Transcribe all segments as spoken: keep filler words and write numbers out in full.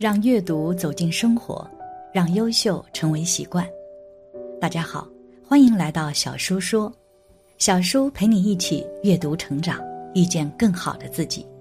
让阅读走进生活，让优秀成为习惯。大家好，欢迎来到小叔说，小叔陪你一起阅读成长，遇见更好的自己。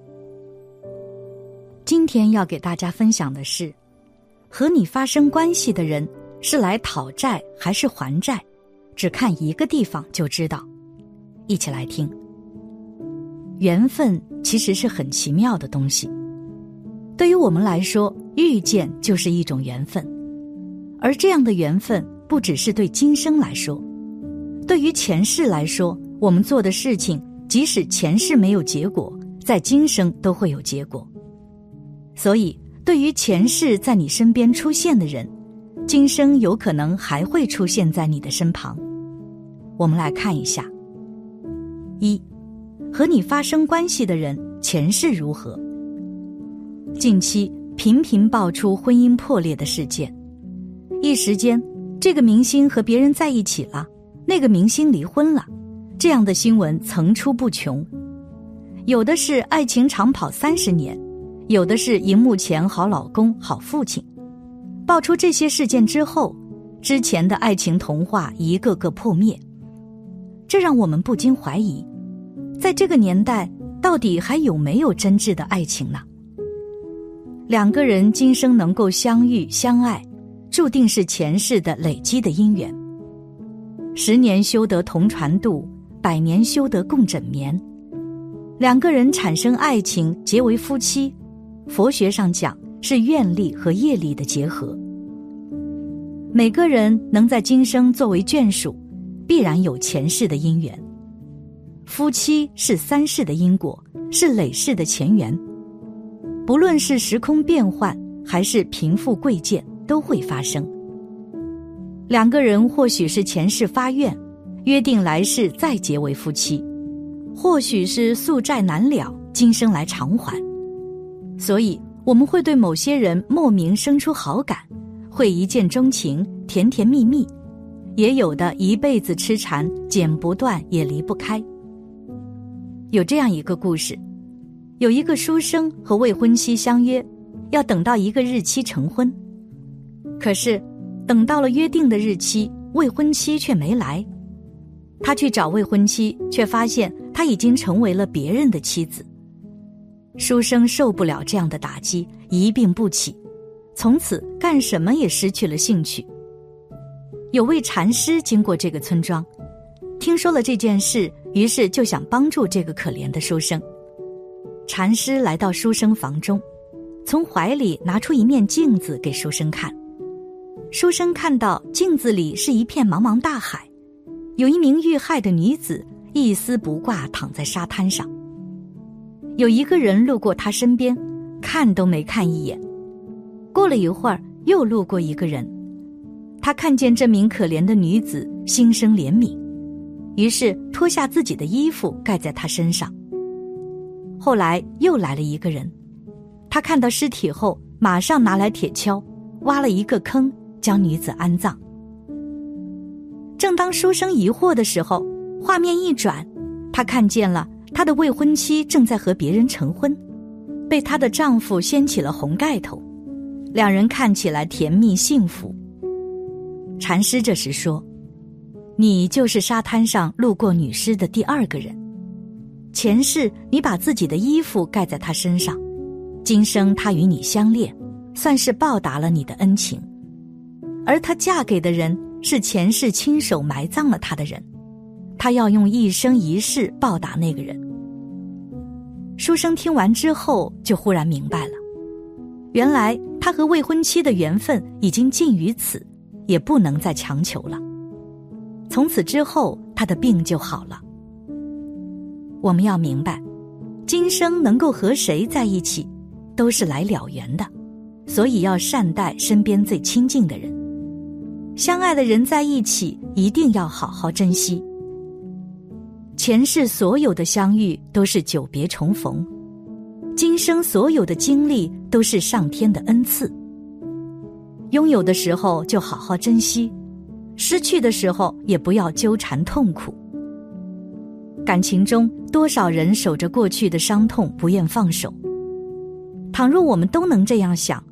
今天要给大家分享的是，和你发生关系的人是来讨债还是还债，只看一个地方就知道。一起来听。缘分其实是很奇妙的东西，对于我们来说，遇见就是一种缘分，而这样的缘分不只是对今生来说，对于前世来说，我们做的事情即使前世没有结果，在今生都会有结果。所以对于前世在你身边出现的人，今生有可能还会出现在你的身旁。我们来看一下。一，和你发生关系的人前世如何？近期频频爆出婚姻破裂的事件，一时间这个明星和别人在一起了，那个明星离婚了，这样的新闻层出不穷。有的是爱情长跑三十年，有的是荧幕前好老公好父亲。爆出这些事件之后，之前的爱情童话一个个破灭，这让我们不禁怀疑，在这个年代到底还有没有真挚的爱情呢？两个人今生能够相遇相爱，注定是前世的累积的因缘。十年修得同船渡，百年修得共枕眠。两个人产生爱情，结为夫妻，佛学上讲是愿力和业力的结合。每个人能在今生作为眷属，必然有前世的因缘。夫妻是三世的因果，是累世的前缘。不论是时空变换，还是贫富贵贱，都会发生。两个人或许是前世发愿，约定来世再结为夫妻，或许是宿债难了，今生来偿还。所以我们会对某些人莫名生出好感，会一见钟情，甜甜蜜蜜，也有的一辈子痴缠，剪不断也离不开。有这样一个故事，有一个书生和未婚妻相约，要等到一个日期成婚。可是等到了约定的日期，未婚妻却没来。他去找未婚妻，却发现她已经成为了别人的妻子。书生受不了这样的打击，一病不起，从此干什么也失去了兴趣。有位禅师经过这个村庄，听说了这件事，于是就想帮助这个可怜的书生。禅师来到书生房中，从怀里拿出一面镜子给书生看。书生看到镜子里是一片茫茫大海，有一名遇害的女子一丝不挂躺在沙滩上。有一个人路过他身边，看都没看一眼。过了一会儿，又路过一个人，他看见这名可怜的女子，心生怜悯，于是脱下自己的衣服盖在她身上。后来又来了一个人，他看到尸体后，马上拿来铁锹，挖了一个坑，将女子安葬。正当书生疑惑的时候，画面一转，他看见了他的未婚妻正在和别人成婚，被她的丈夫掀起了红盖头，两人看起来甜蜜幸福。禅师这时说，你就是沙滩上路过女尸的第二个人，前世你把自己的衣服盖在她身上，今生她与你相恋，算是报答了你的恩情。而她嫁给的人是前世亲手埋葬了她的人，她要用一生一世报答那个人。书生听完之后就忽然明白了，原来他和未婚妻的缘分已经尽于此，也不能再强求了。从此之后，他的病就好了。我们要明白，今生能够和谁在一起，都是来了缘的，所以要善待身边最亲近的人。相爱的人在一起，一定要好好珍惜。前世所有的相遇都是久别重逢，今生所有的经历都是上天的恩赐。拥有的时候就好好珍惜，失去的时候也不要纠缠痛苦。感情中多少人守着过去的伤痛不愿放手，倘若我们都能这样想，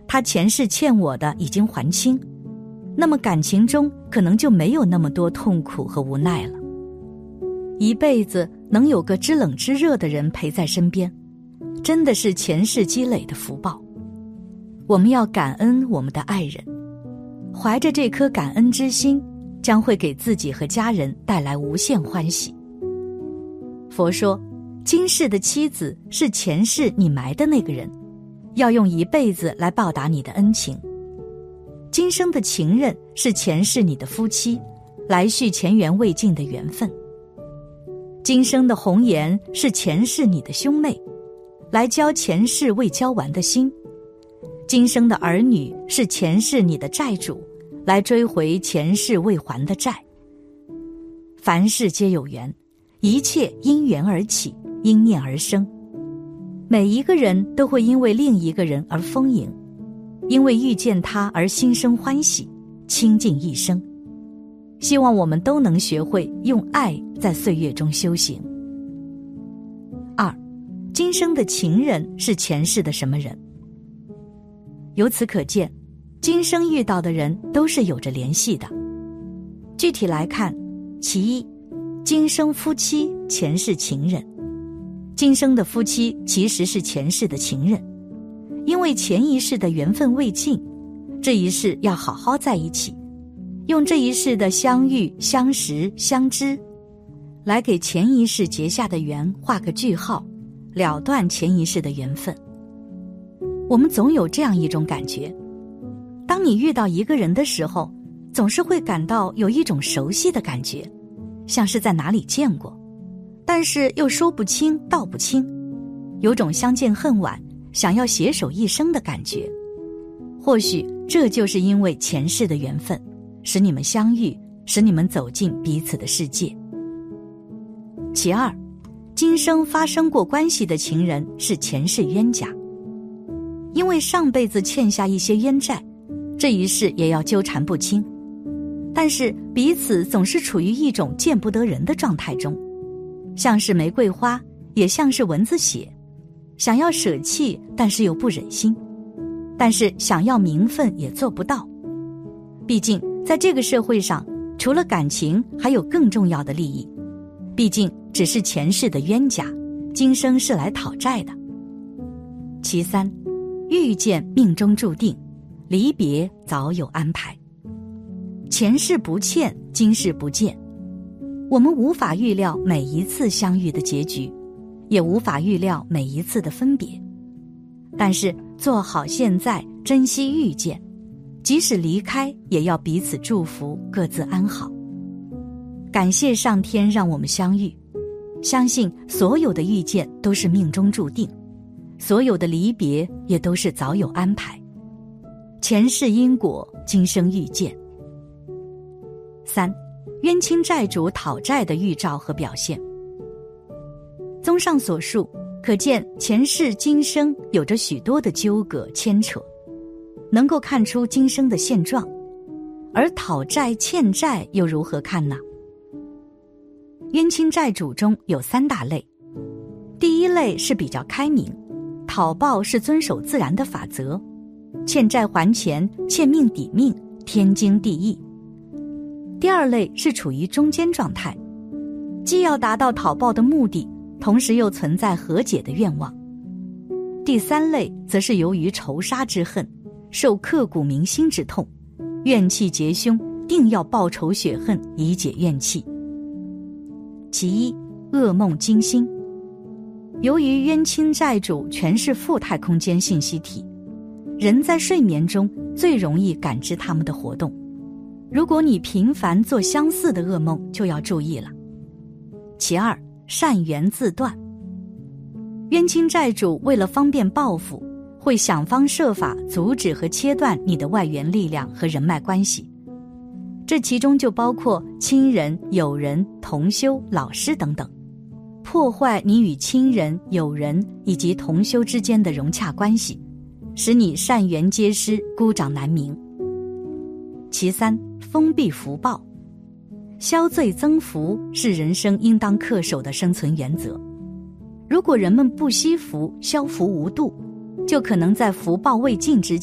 他前世欠我的已经还清，那么感情中可能就没有那么多痛苦和无奈了。一辈子能有个知冷知热的人陪在身边，真的是前世积累的福报。我们要感恩我们的爱人，怀着这颗感恩之心，将会给自己和家人带来无限欢喜。佛说，今世的妻子是前世你埋的那个人，要用一辈子来报答你的恩情。今生的情人是前世你的夫妻，来续前缘未尽的缘分。今生的红颜是前世你的兄妹，来交前世未交完的心。今生的儿女是前世你的债主，来追回前世未还的债。凡事皆有缘，一切因缘而起，因念而生。每一个人都会因为另一个人而丰盈，因为遇见他而心生欢喜，倾尽一生。希望我们都能学会用爱在岁月中修行。二，今生的情人是前世的什么人？由此可见，今生遇到的人都是有着联系的。具体来看，其一，今生夫妻，前世情人。今生的夫妻其实是前世的情人，因为前一世的缘分未尽，这一世要好好在一起，用这一世的相遇、相识、相知，来给前一世结下的缘画个句号，了断前一世的缘分。我们总有这样一种感觉，当你遇到一个人的时候，总是会感到有一种熟悉的感觉，像是在哪里见过，但是又说不清道不清，有种相见恨晚，想要携手一生的感觉。或许这就是因为前世的缘分，使你们相遇，使你们走进彼此的世界。其二，今生发生过关系的情人是前世冤家，因为上辈子欠下一些冤债，这一世也要纠缠不清，但是彼此总是处于一种见不得人的状态中，像是玫瑰花，也像是蚊子血，想要舍弃，但是又不忍心，但是想要名分也做不到。毕竟在这个社会上，除了感情还有更重要的利益，毕竟只是前世的冤家，今生是来讨债的。其三，遇见命中注定，离别早有安排。前世不欠，今世不见，我们无法预料每一次相遇的结局，也无法预料每一次的分别，但是做好现在，珍惜遇见，即使离开也要彼此祝福，各自安好。感谢上天让我们相遇，相信所有的遇见都是命中注定，所有的离别也都是早有安排。前世因果，今生遇见。三，冤亲债主讨债的预兆和表现。综上所述，可见前世今生有着许多的纠葛牵扯，能够看出今生的现状。而讨债欠债又如何看呢？冤亲债主中有三大类，第一类是比较开明，讨报是遵守自然的法则，欠债还钱，欠命抵命，天经地义。第二类是处于中间状态，既要达到讨报的目的，同时又存在和解的愿望。第三类则是由于仇杀之恨，受刻骨铭心之痛，怨气结胸，定要报仇雪恨，以解怨气。其一，噩梦惊心。由于冤亲债主全是附太空间信息体，人在睡眠中最容易感知他们的活动。如果你频繁做相似的噩梦，就要注意了。其二，善缘自断。冤亲债主为了方便报复，会想方设法阻止和切断你的外援力量和人脉关系，这其中就包括亲人、友人、同修、老师等等，破坏你与亲人、友人以及同修之间的融洽关系，使你善缘皆失，孤掌难鸣。其三，封闭福报。消罪增福是人生应当恪守的生存原则。如果人们不惜福，消福无度，就可能在福报未尽之前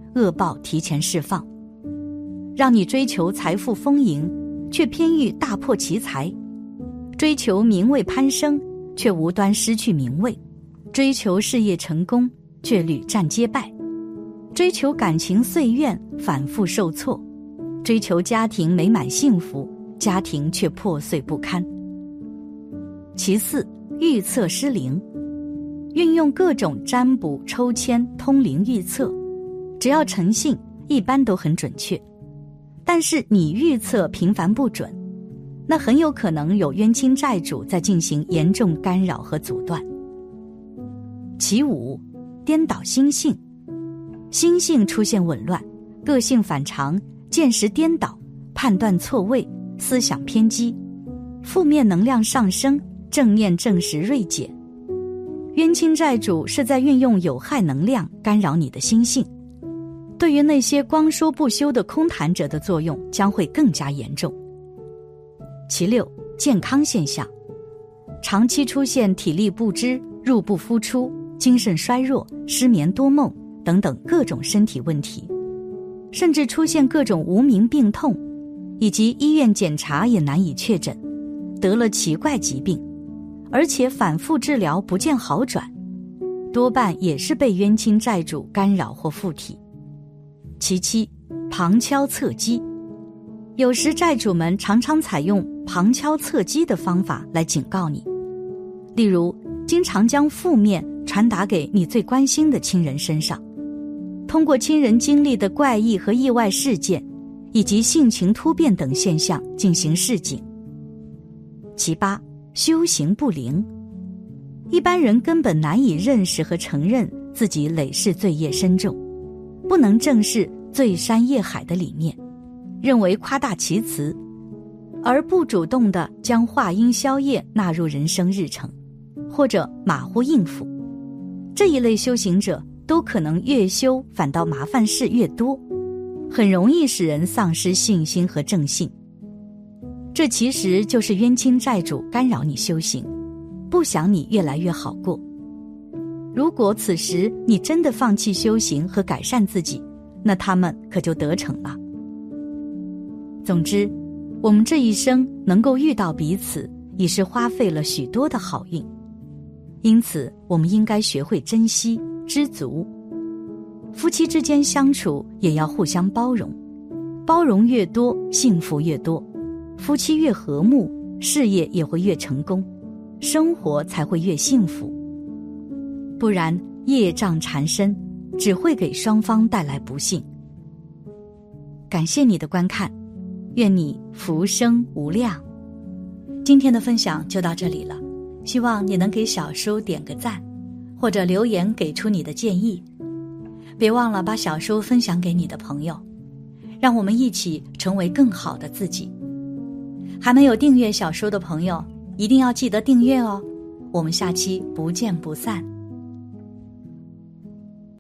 恶报提前释放，让你追求财富丰盈，却偏欲大破其财；追求名位攀升，却无端失去名位；追求事业成功，却屡战皆败；追求感情遂愿，反复受挫；追求家庭美满幸福，家庭却破碎不堪。其次，预测失灵。运用各种占卜、抽签、通灵预测，只要诚信，一般都很准确。但是你预测频繁不准，那很有可能有冤亲债主在进行严重干扰和阻断。其五，颠倒心性。心性出现紊乱，个性反常，见识颠倒，判断错位，思想偏激，负面能量上升，正面证实锐减。冤亲债主是在运用有害能量干扰你的心性，对于那些光说不修的空谈者的作用将会更加严重。其六，健康现象。长期出现体力不支、入不敷出、精神衰弱、失眠多梦等等各种身体问题，甚至出现各种无名病痛，以及医院检查也难以确诊，得了奇怪疾病，而且反复治疗不见好转，多半也是被冤亲债主干扰或附体。其七，旁敲侧击。有时债主们常常采用旁敲侧击的方法来警告你，例如经常将负面传达给你最关心的亲人身上，通过亲人经历的怪异和意外事件以及性情突变等现象进行示警。其八，修行不灵。一般人根本难以认识和承认自己累世罪业深重，不能正视罪山业海的理念，认为夸大其词，而不主动地将化阴消业纳入人生日程，或者马虎应付。这一类修行者都可能越修反倒麻烦事越多，很容易使人丧失信心和正信。这其实就是冤亲债主干扰你修行，不想你越来越好过。如果此时你真的放弃修行和改善自己，那他们可就得逞了。总之，我们这一生能够遇到彼此，已是花费了许多的好运，因此我们应该学会珍惜、知足。夫妻之间相处也要互相包容，包容越多，幸福越多，夫妻越和睦，事业也会越成功，生活才会越幸福。不然业障缠身，只会给双方带来不幸。感谢你的观看，愿你福生无量。今天的分享就到这里了，希望你能给小叔点个赞，或者留言给出你的建议。别忘了把小叔分享给你的朋友，让我们一起成为更好的自己。还没有订阅小叔的朋友，一定要记得订阅哦。我们下期不见不散。